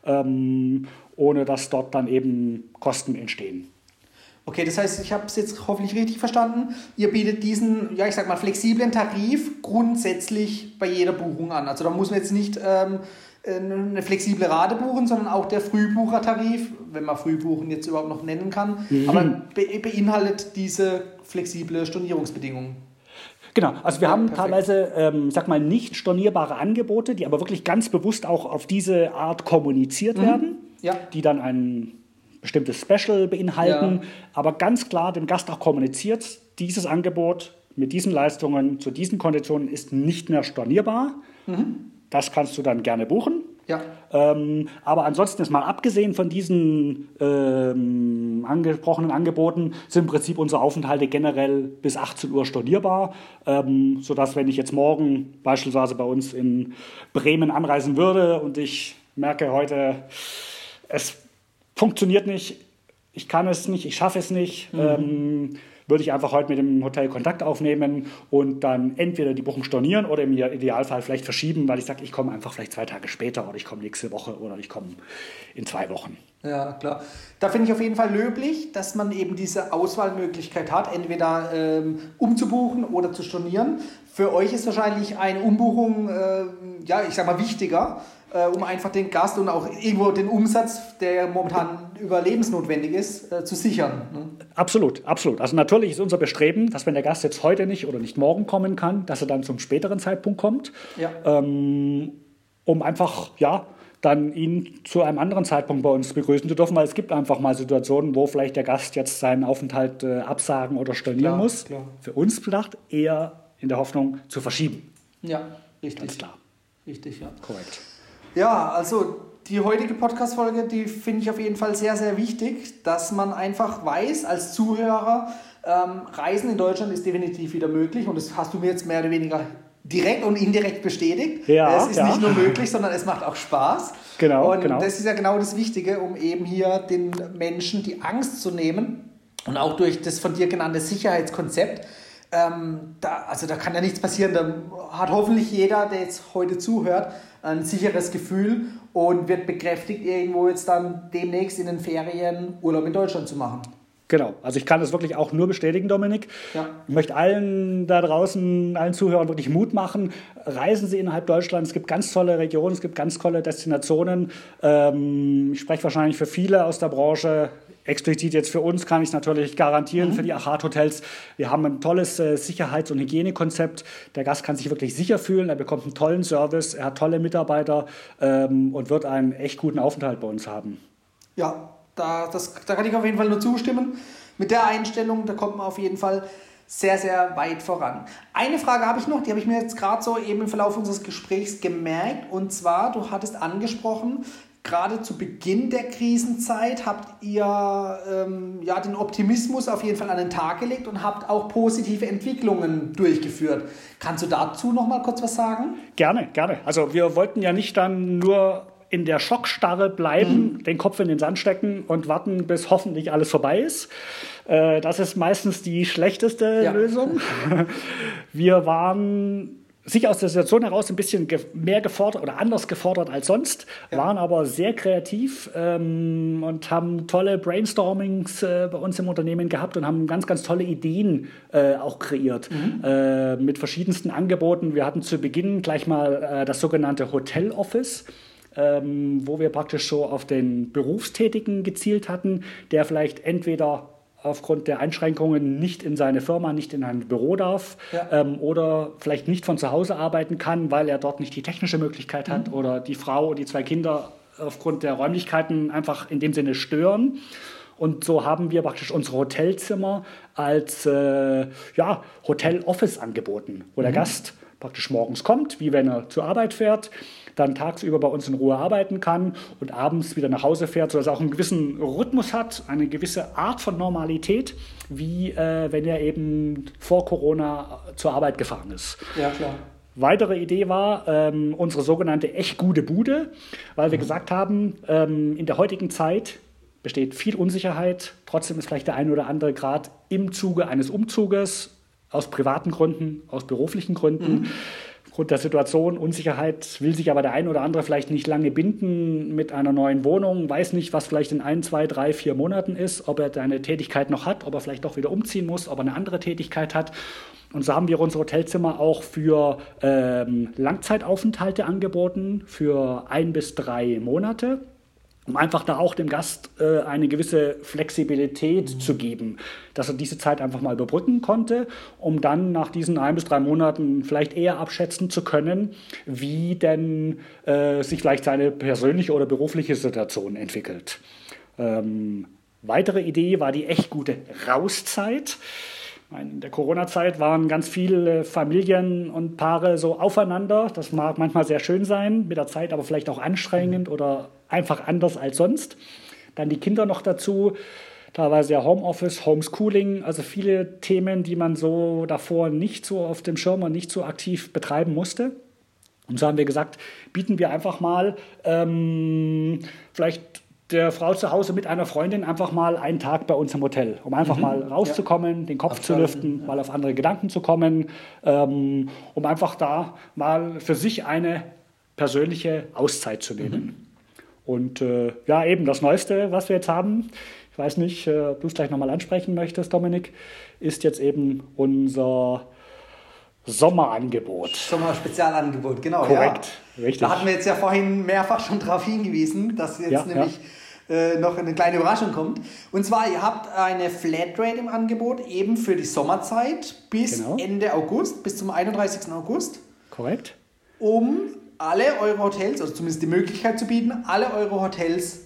ohne dass dort dann eben Kosten entstehen. Okay, das heißt, ich habe es jetzt hoffentlich richtig verstanden. Ihr bietet diesen, ich sag mal, flexiblen Tarif grundsätzlich bei jeder Buchung an. Also da muss man jetzt nicht eine flexible Rate buchen, sondern auch der Frühbuchertarif, wenn man Frühbuchen jetzt überhaupt noch nennen kann, aber beinhaltet diese flexible Stornierungsbedingungen. Genau, also wir haben teilweise, sag mal, nicht stornierbare Angebote, die aber wirklich ganz bewusst auch auf diese Art kommuniziert werden, die dann ein bestimmtes Special beinhalten, aber ganz klar dem Gast auch kommuniziert, dieses Angebot mit diesen Leistungen zu diesen Konditionen ist nicht mehr stornierbar. Das kannst du dann gerne buchen. Ja. Aber ansonsten ist mal abgesehen von diesen angesprochenen Angeboten sind im Prinzip unsere Aufenthalte generell bis 18 Uhr stornierbar, sodass, wenn ich jetzt morgen beispielsweise bei uns in Bremen anreisen würde und ich merke heute, es funktioniert nicht, ich kann es nicht, ich schaffe es nicht, würde ich einfach heute mit dem Hotel Kontakt aufnehmen und dann entweder die Buchung stornieren oder im Idealfall vielleicht verschieben, weil ich sage, ich komme einfach vielleicht 2 Tage später oder ich komme nächste Woche oder ich komme in 2 Wochen. Ja, klar. Da finde ich auf jeden Fall löblich, dass man eben diese Auswahlmöglichkeit hat, entweder umzubuchen oder zu stornieren. Für euch ist wahrscheinlich eine Umbuchung, ich sag mal, wichtiger, um einfach den Gast und auch irgendwo den Umsatz, der momentan überlebensnotwendig ist, zu sichern. Ne? Absolut. Also natürlich ist unser Bestreben, dass wenn der Gast jetzt heute nicht oder nicht morgen kommen kann, dass er dann zum späteren Zeitpunkt kommt, um einfach, dann ihn zu einem anderen Zeitpunkt bei uns begrüßen zu dürfen, weil es gibt einfach mal Situationen, wo vielleicht der Gast jetzt seinen Aufenthalt absagen oder stornieren muss. Klar. Für uns gedacht eher in der Hoffnung zu verschieben. Ja, richtig. Ganz klar. Richtig, ja. Korrekt. Ja, also die heutige Podcast-Folge, die finde ich auf jeden Fall sehr, sehr wichtig, dass man einfach weiß als Zuhörer, Reisen in Deutschland ist definitiv wieder möglich und das hast du mir jetzt mehr oder weniger direkt und indirekt bestätigt. Ja, es ist nicht nur möglich, sondern es macht auch Spaß. Genau, und das ist ja genau das Wichtige, um eben hier den Menschen die Angst zu nehmen und auch durch das von dir genannte Sicherheitskonzept. Da kann ja nichts passieren. Da hat hoffentlich jeder, der jetzt heute zuhört, ein sicheres Gefühl und wird bekräftigt, irgendwo jetzt dann demnächst in den Ferien Urlaub in Deutschland zu machen. Genau, also ich kann das wirklich auch nur bestätigen, Dominik. Ja. Ich möchte allen da draußen, allen Zuhörern wirklich Mut machen. Reisen Sie innerhalb Deutschlands. Es gibt ganz tolle Regionen, es gibt ganz tolle Destinationen. Ich spreche wahrscheinlich für viele aus der Branche. Explizit jetzt für uns kann ich es natürlich garantieren, für die Achat-Hotels. Wir haben ein tolles Sicherheits- und Hygienekonzept. Der Gast kann sich wirklich sicher fühlen, er bekommt einen tollen Service, er hat tolle Mitarbeiter und wird einen echt guten Aufenthalt bei uns haben. Ja, da kann ich auf jeden Fall nur zustimmen. Mit der Einstellung, da kommt man auf jeden Fall sehr, sehr weit voran. Eine Frage habe ich noch, die habe ich mir jetzt gerade so eben im Verlauf unseres Gesprächs gemerkt. Und zwar, du hattest angesprochen, gerade zu Beginn der Krisenzeit habt ihr den Optimismus auf jeden Fall an den Tag gelegt und habt auch positive Entwicklungen durchgeführt. Kannst du dazu noch mal kurz was sagen? Gerne, gerne. Also wir wollten ja nicht dann nur in der Schockstarre bleiben, den Kopf in den Sand stecken und warten, bis hoffentlich alles vorbei ist. Das ist meistens die schlechteste Lösung. Wir waren sicher aus der Situation heraus ein bisschen mehr gefordert oder anders gefordert als sonst, waren aber sehr kreativ und haben tolle Brainstormings bei uns im Unternehmen gehabt und haben ganz, ganz tolle Ideen auch kreiert mit verschiedensten Angeboten. Wir hatten zu Beginn gleich mal das sogenannte Hotel Office, wo wir praktisch so auf den Berufstätigen gezielt hatten, der vielleicht entweder aufgrund der Einschränkungen nicht in seine Firma, nicht in ein Büro darf oder vielleicht nicht von zu Hause arbeiten kann, weil er dort nicht die technische Möglichkeit hat oder die Frau und die 2 Kinder aufgrund der Räumlichkeiten einfach in dem Sinne stören. Und so haben wir praktisch unsere Hotelzimmer als Hotel-Office angeboten, wo der Gast praktisch morgens kommt, wie wenn er zur Arbeit fährt, dann tagsüber bei uns in Ruhe arbeiten kann und abends wieder nach Hause fährt, sodass er auch einen gewissen Rhythmus hat, eine gewisse Art von Normalität, wie wenn er eben vor Corona zur Arbeit gefahren ist. Ja, klar. Weitere Idee war unsere sogenannte echt gute Bude, weil wir gesagt haben, in der heutigen Zeit besteht viel Unsicherheit, trotzdem ist vielleicht der eine oder andere gerade im Zuge eines Umzuges, aus privaten Gründen, aus beruflichen Gründen, aufgrund der Situation, Unsicherheit, will sich aber der eine oder andere vielleicht nicht lange binden mit einer neuen Wohnung, weiß nicht, was vielleicht in 1, 2, 3, 4 Monaten ist, ob er seine Tätigkeit noch hat, ob er vielleicht doch wieder umziehen muss, ob er eine andere Tätigkeit hat. Und so haben wir unsere Hotelzimmer auch für Langzeitaufenthalte angeboten, für 1 bis 3 Monate. Um einfach da auch dem Gast eine gewisse Flexibilität zu geben, dass er diese Zeit einfach mal überbrücken konnte, um dann nach diesen 1 bis 3 Monaten vielleicht eher abschätzen zu können, wie denn sich vielleicht seine persönliche oder berufliche Situation entwickelt. Weitere Idee war die echt gute Rauszeit. In der Corona-Zeit waren ganz viele Familien und Paare so aufeinander. Das mag manchmal sehr schön sein, mit der Zeit aber vielleicht auch anstrengend oder einfach anders als sonst. Dann die Kinder noch dazu, teilweise ja Homeoffice, Homeschooling, also viele Themen, die man so davor nicht so auf dem Schirm und nicht so aktiv betreiben musste. Und so haben wir gesagt, bieten wir einfach mal vielleicht der Frau zu Hause mit einer Freundin einfach mal einen Tag bei uns im Hotel, um einfach mal rauszukommen, den Kopf zu lüften, mal auf andere Gedanken zu kommen, um einfach da mal für sich eine persönliche Auszeit zu nehmen. Und eben das Neueste, was wir jetzt haben, ich weiß nicht, ob du es gleich nochmal ansprechen möchtest, Dominik, ist jetzt eben unser Sommerangebot. Sommerspezialangebot, genau. Korrekt, ja. Richtig. Da hatten wir jetzt ja vorhin mehrfach schon darauf hingewiesen, dass jetzt nämlich noch eine kleine Überraschung kommt. Und zwar, ihr habt eine Flatrate im Angebot, eben für die Sommerzeit bis Ende August, bis zum 31. August. Korrekt. Um alle eure Hotels, also zumindest die Möglichkeit zu bieten, alle eure Hotels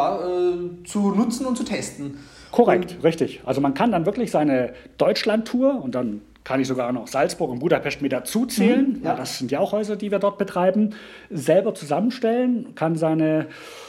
zu nutzen und zu testen. Korrekt, richtig. Also man kann dann wirklich seine Deutschland-Tour und dann kann ich sogar noch Salzburg und Budapest mit dazu zählen, weil das sind ja auch Häuser, die wir dort betreiben, selber zusammenstellen, kann seine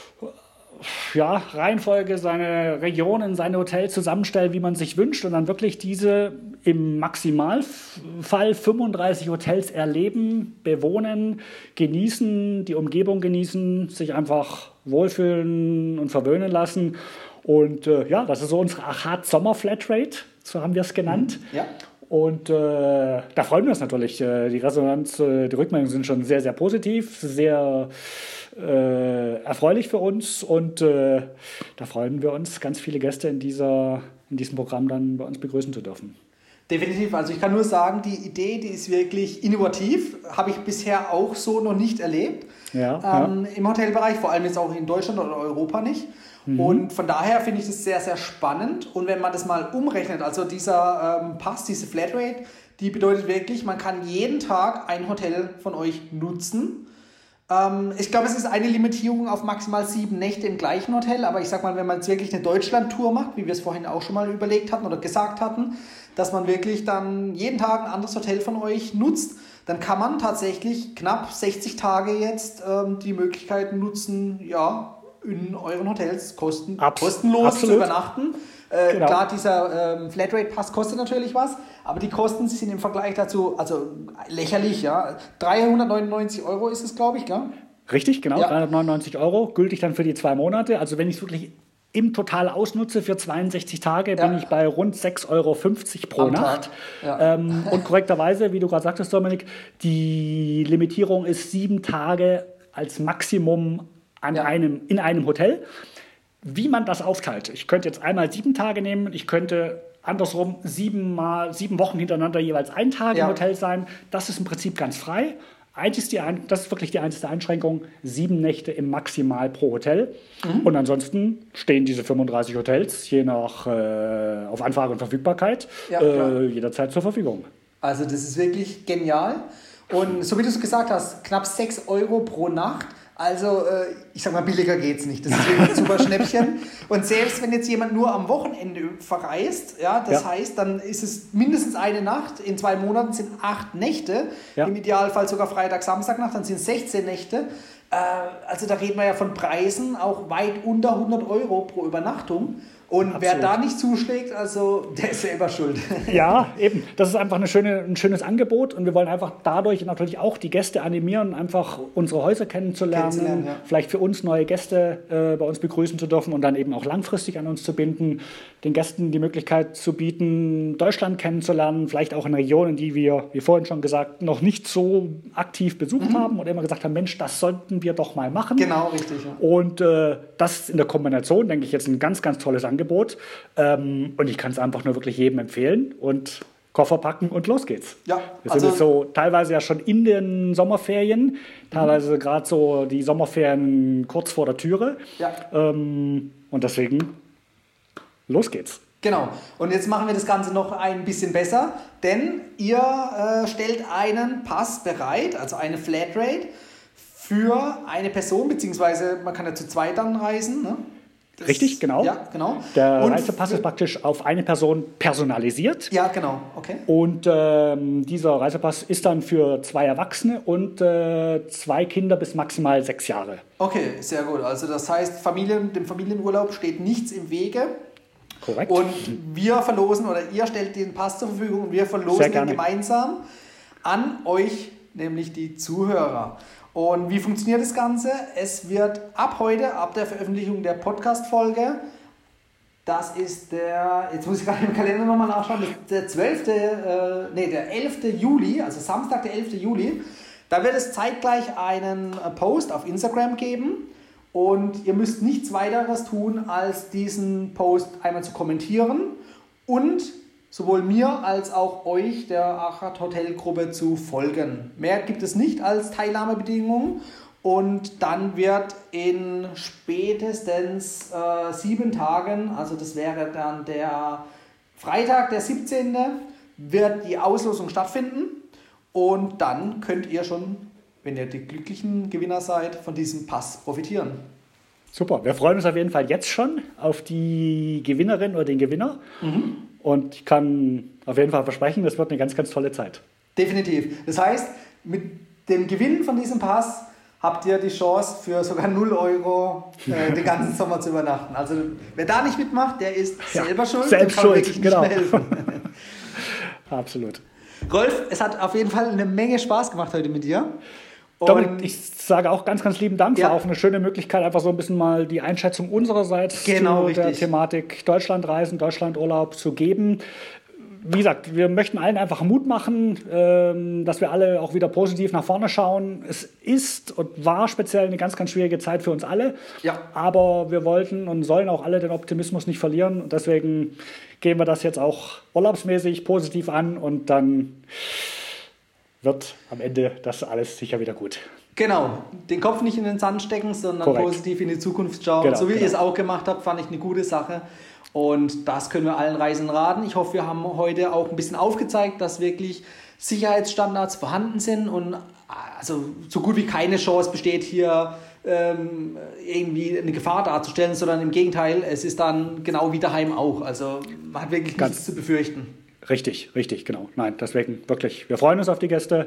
Reihenfolge, seine Regionen, seine Hotels zusammenstellen, wie man sich wünscht und dann wirklich diese im Maximalfall 35 Hotels erleben, bewohnen, genießen, die Umgebung genießen, sich einfach wohlfühlen und verwöhnen lassen. Und das ist so unsere Achat-Sommer-Flatrate, so haben wir es genannt. Ja. Und da freuen wir uns natürlich. Die Resonanz, die Rückmeldungen sind schon sehr, sehr positiv, sehr erfreulich für uns. Und da freuen wir uns, ganz viele Gäste in diesem Programm dann bei uns begrüßen zu dürfen. Definitiv. Also ich kann nur sagen, die Idee, die ist wirklich innovativ. Habe ich bisher auch so noch nicht erlebt. Im Hotelbereich, vor allem jetzt auch in Deutschland oder Europa nicht. Und von daher finde ich das sehr, sehr spannend. Und wenn man das mal umrechnet, also dieser Pass, diese Flatrate, die bedeutet wirklich, man kann jeden Tag ein Hotel von euch nutzen. Ich glaube, es ist eine Limitierung auf maximal 7 Nächte im gleichen Hotel. Aber ich sag mal, wenn man jetzt wirklich eine Deutschland-Tour macht, wie wir es vorhin auch schon mal überlegt hatten oder gesagt hatten, dass man wirklich dann jeden Tag ein anderes Hotel von euch nutzt, dann kann man tatsächlich knapp 60 Tage jetzt die Möglichkeit nutzen, in euren Hotels kostenlos zu übernachten. Genau. Klar, dieser Flatrate-Pass kostet natürlich was, aber die Kosten sind im Vergleich dazu lächerlich. Ja. 399 € ist es, glaube ich, gell? Richtig, genau, 399 €, gültig dann für die 2 Monate. Also wenn ich es wirklich im Total ausnutze für 62 Tage, bin ich bei rund 6,50 € pro Nacht. Ja. Und korrekterweise, wie du gerade sagtest, Dominik, die Limitierung ist 7 Tage als Maximum in einem Hotel. Wie man das aufteilt. Ich könnte jetzt einmal 7 Tage nehmen, ich könnte andersrum 7 Wochen hintereinander jeweils 1 Tag im Hotel sein. Das ist im Prinzip ganz frei. Das ist wirklich die einzige Einschränkung, 7 Nächte im Maximal pro Hotel. Und ansonsten stehen diese 35 Hotels, je nach auf Anfrage und Verfügbarkeit, jederzeit zur Verfügung. Also das ist wirklich genial. Und so wie du es gesagt hast, knapp 6 € pro Nacht. Also, ich sag mal, billiger geht's nicht. Das ist wirklich ein super Schnäppchen. Und selbst wenn jetzt jemand nur am Wochenende verreist, das heißt, dann ist es mindestens eine Nacht. In 2 Monaten sind 8 Nächte. Ja. Im Idealfall sogar Freitag, Samstagnacht, dann sind es 16 Nächte. Also da reden wir ja von Preisen auch weit unter 100 € pro Übernachtung. Und wer da nicht zuschlägt, also der ist selber schuld. Ja, eben. Das ist einfach ein schönes Angebot und wir wollen einfach dadurch natürlich auch die Gäste animieren, einfach unsere Häuser kennenzulernen, vielleicht für uns neue Gäste bei uns begrüßen zu dürfen und dann eben auch langfristig an uns zu binden, den Gästen die Möglichkeit zu bieten, Deutschland kennenzulernen, vielleicht auch in Regionen, die wir, wie vorhin schon gesagt, noch nicht so aktiv besucht haben und immer gesagt haben, Mensch, das sollten wir doch mal machen. Genau, richtig. Ja. Und das in der Kombination, denke ich, jetzt ein ganz, ganz tolles Angebot. Und ich kann es einfach nur wirklich jedem empfehlen und Koffer packen und los geht's. Ja, wir sind jetzt so teilweise ja schon in den Sommerferien, teilweise gerade so die Sommerferien kurz vor der Türe. Ja. Und deswegen, los geht's. Genau. Und jetzt machen wir das Ganze noch ein bisschen besser, denn ihr stellt einen Pass bereit, also eine Flatrate für eine Person, beziehungsweise man kann ja zu zweit dann reisen, ne? Richtig, genau. Ja, genau. Der Reisepass ist praktisch auf eine Person personalisiert. Ja, genau. Okay. Und dieser Reisepass ist dann für 2 Erwachsene und 2 Kinder bis maximal 6 Jahre. Okay, sehr gut. Also das heißt, dem Familienurlaub steht nichts im Wege. Korrekt. Und wir verlosen, oder ihr stellt den Pass zur Verfügung und wir verlosen den gemeinsam an euch, nämlich die Zuhörer. Und wie funktioniert das Ganze? Es wird ab heute, ab der Veröffentlichung der Podcast-Folge, das ist jetzt muss ich gerade im Kalender nochmal nachschauen, das ist der 11. Juli, also Samstag, der 11. Juli, da wird es zeitgleich einen Post auf Instagram geben und ihr müsst nichts weiteres tun, als diesen Post einmal zu kommentieren und sowohl mir als auch euch, der Achat Hotelgruppe, zu folgen. Mehr gibt es nicht als Teilnahmebedingungen und dann wird in spätestens 7 Tagen, also das wäre dann der Freitag, der 17., wird die Auslosung stattfinden und dann könnt ihr schon wenn ihr die glücklichen Gewinner seid, von diesem Pass profitieren. Super, wir freuen uns auf jeden Fall jetzt schon auf die Gewinnerin oder den Gewinner. Und ich kann auf jeden Fall versprechen, das wird eine ganz, ganz tolle Zeit. Definitiv. Das heißt, mit dem Gewinn von diesem Pass habt ihr die Chance für sogar 0 Euro den ganzen Sommer zu übernachten. Also wer da nicht mitmacht, der ist selber schuld. Selbst schuld, genau. Helfen. Absolut. Rolf, es hat auf jeden Fall eine Menge Spaß gemacht heute mit dir. Dominik, ich sage auch ganz, ganz lieben Dank. War auch eine schöne Möglichkeit, einfach so ein bisschen mal die Einschätzung unsererseits zu der Thematik Deutschlandreisen, Deutschlandurlaub zu geben. Wie gesagt, wir möchten allen einfach Mut machen, dass wir alle auch wieder positiv nach vorne schauen. Es ist und war speziell eine ganz, ganz schwierige Zeit für uns alle. Ja. Aber wir wollten und sollen auch alle den Optimismus nicht verlieren. Und deswegen gehen wir das jetzt auch urlaubsmäßig positiv an und dann wird am Ende das alles sicher wieder gut. Genau, den Kopf nicht in den Sand stecken, sondern positiv in die Zukunft schauen. Genau, so wie ihr es auch gemacht habt, fand ich eine gute Sache. Und das können wir allen Reisenden raten. Ich hoffe, wir haben heute auch ein bisschen aufgezeigt, dass wirklich Sicherheitsstandards vorhanden sind und also so gut wie keine Chance besteht, hier irgendwie eine Gefahr darzustellen, sondern im Gegenteil, es ist dann genau wie daheim auch. Also man hat wirklich nichts zu befürchten. Richtig, genau. Nein, deswegen wirklich, wir freuen uns auf die Gäste.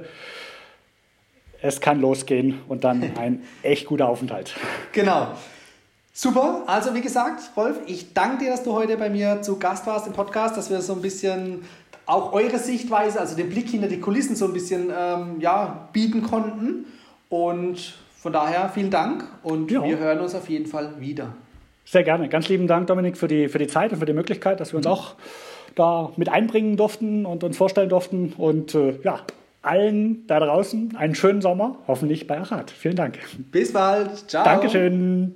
Es kann losgehen und dann ein echt guter Aufenthalt. Genau. Super, also wie gesagt, Rolf, ich danke dir, dass du heute bei mir zu Gast warst im Podcast, dass wir so ein bisschen auch eure Sichtweise, also den Blick hinter die Kulissen so ein bisschen bieten konnten. Und von daher vielen Dank und wir hören uns auf jeden Fall wieder. Sehr gerne. Ganz lieben Dank, Dominik, für die Zeit und für die Möglichkeit, dass wir uns auch da mit einbringen durften und uns vorstellen durften. Und allen da draußen einen schönen Sommer, hoffentlich bei Arat. Vielen Dank. Bis bald. Ciao. Dankeschön.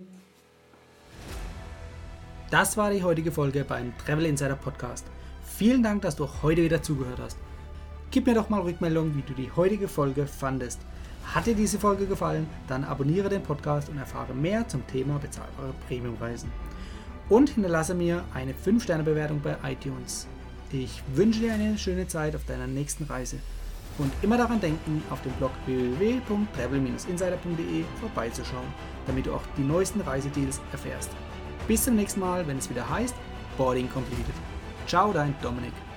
Das war die heutige Folge beim Travel Insider Podcast. Vielen Dank, dass du heute wieder zugehört hast. Gib mir doch mal Rückmeldung, wie du die heutige Folge fandest. Hat dir diese Folge gefallen? Dann abonniere den Podcast und erfahre mehr zum Thema bezahlbare Premiumreisen. Und hinterlasse mir eine 5-Sterne-Bewertung bei iTunes. Ich wünsche dir eine schöne Zeit auf deiner nächsten Reise. Und immer daran denken, auf dem Blog www.travel-insider.de vorbeizuschauen, damit du auch die neuesten Reisedeals erfährst. Bis zum nächsten Mal, wenn es wieder heißt Boarding Completed. Ciao, dein Dominik.